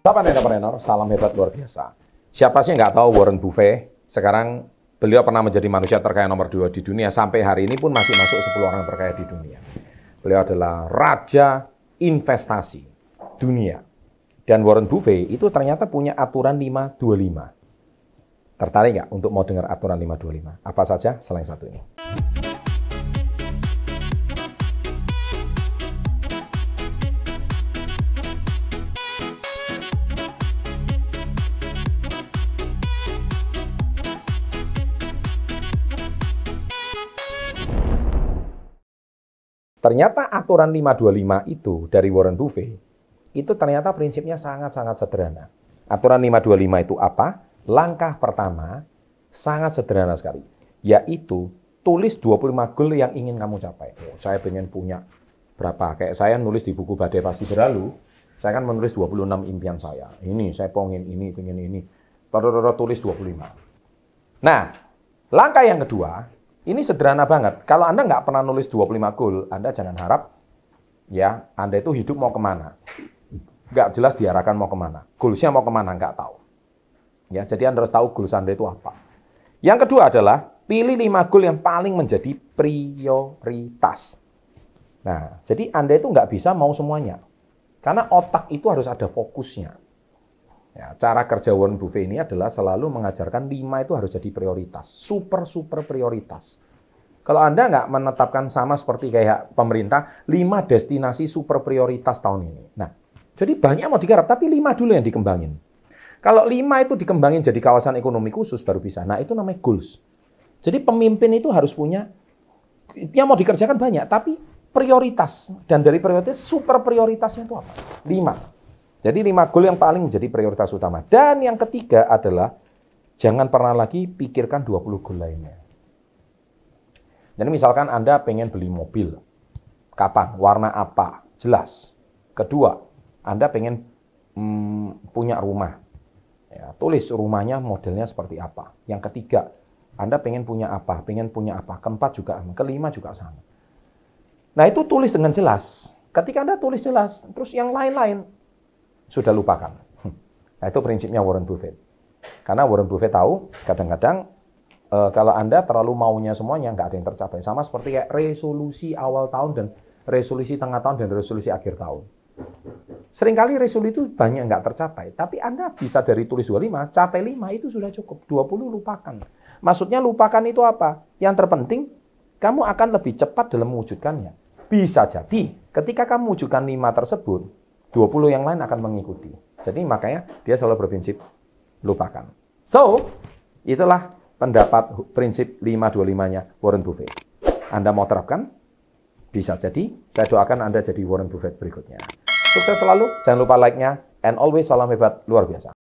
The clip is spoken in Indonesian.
Sahabat entrepreneur, salam hebat luar biasa. Siapa sih nggak tahu Warren Buffett? Sekarang beliau pernah menjadi manusia terkaya nomor 2 di dunia. Sampai hari ini pun masih masuk 10 orang terkaya di dunia. Beliau adalah raja investasi dunia. Dan Warren Buffett itu ternyata punya aturan 525. Tertarik nggak untuk mau dengar aturan 525? Apa saja selain satu ini? Ternyata aturan 525 itu dari Warren Buffett, itu ternyata prinsipnya sangat-sangat sederhana. Aturan 525 itu apa? Langkah pertama, sangat sederhana sekali. Yaitu, tulis 25 goal yang ingin kamu capai. Oh, saya pengen punya berapa? Kayak saya nulis di buku Badai Pasti Berlalu, saya kan menulis 26 impian saya. Ini, saya pengen ini. Tulis 25. Nah, langkah yang kedua, ini sederhana banget. Kalau Anda nggak pernah nulis 25 goal, Anda jangan harap ya Anda itu hidup mau kemana. Nggak jelas diarahkan mau kemana. Goalsnya mau kemana, nggak tahu. Ya, jadi Anda harus tahu goals Anda itu apa. Yang kedua adalah pilih 5 goal yang paling menjadi prioritas. Nah, jadi Anda itu nggak bisa mau semuanya. Karena otak itu harus ada fokusnya. Ya, cara kerja Warren Buffett ini adalah selalu mengajarkan 5 itu harus jadi prioritas. Super prioritas. Kalau Anda nggak menetapkan sama seperti kayak pemerintah, 5 destinasi super prioritas tahun ini. Nah, jadi banyak mau digarap, tapi 5 dulu yang dikembangin. Kalau 5 itu dikembangin jadi kawasan ekonomi khusus baru bisa. Nah, itu namanya goals. Jadi pemimpin itu harus punya, yang mau dikerjakan banyak, tapi prioritas. Dan dari prioritas, super prioritasnya itu apa? 5. Jadi 5 goal yang paling menjadi prioritas utama. Dan yang ketiga adalah jangan pernah lagi pikirkan 20 goal lainnya. Jadi misalkan Anda pengen beli mobil. Kapan? Warna apa? Jelas. Kedua, Anda pengen punya rumah. Ya, tulis rumahnya modelnya seperti apa. Yang ketiga, Anda pengen punya apa? Pengen punya apa? Keempat juga sama. Kelima juga sama. Nah itu tulis dengan jelas. Ketika Anda tulis jelas, terus yang lain-lain sudah lupakan. Nah, itu prinsipnya Warren Buffett. Karena Warren Buffett tahu, kadang-kadang kalau Anda terlalu maunya semuanya, nggak ada yang tercapai. Sama seperti kayak resolusi awal tahun dan resolusi tengah tahun dan resolusi akhir tahun. Seringkali resolusi itu banyak nggak tercapai. Tapi Anda bisa dari tulis 25, capai 5 itu sudah cukup. 20 lupakan. Maksudnya lupakan itu apa? Yang terpenting, kamu akan lebih cepat dalam mewujudkannya. Bisa jadi, ketika kamu wujudkan 5 tersebut, 20 yang lain akan mengikuti. Jadi makanya dia selalu berprinsip lupakan. So, itulah pendapat prinsip 525-nya Warren Buffett. Anda mau terapkan? Bisa jadi. Saya doakan Anda jadi Warren Buffett berikutnya. Sukses selalu. Jangan lupa like-nya. And always salam hebat luar biasa.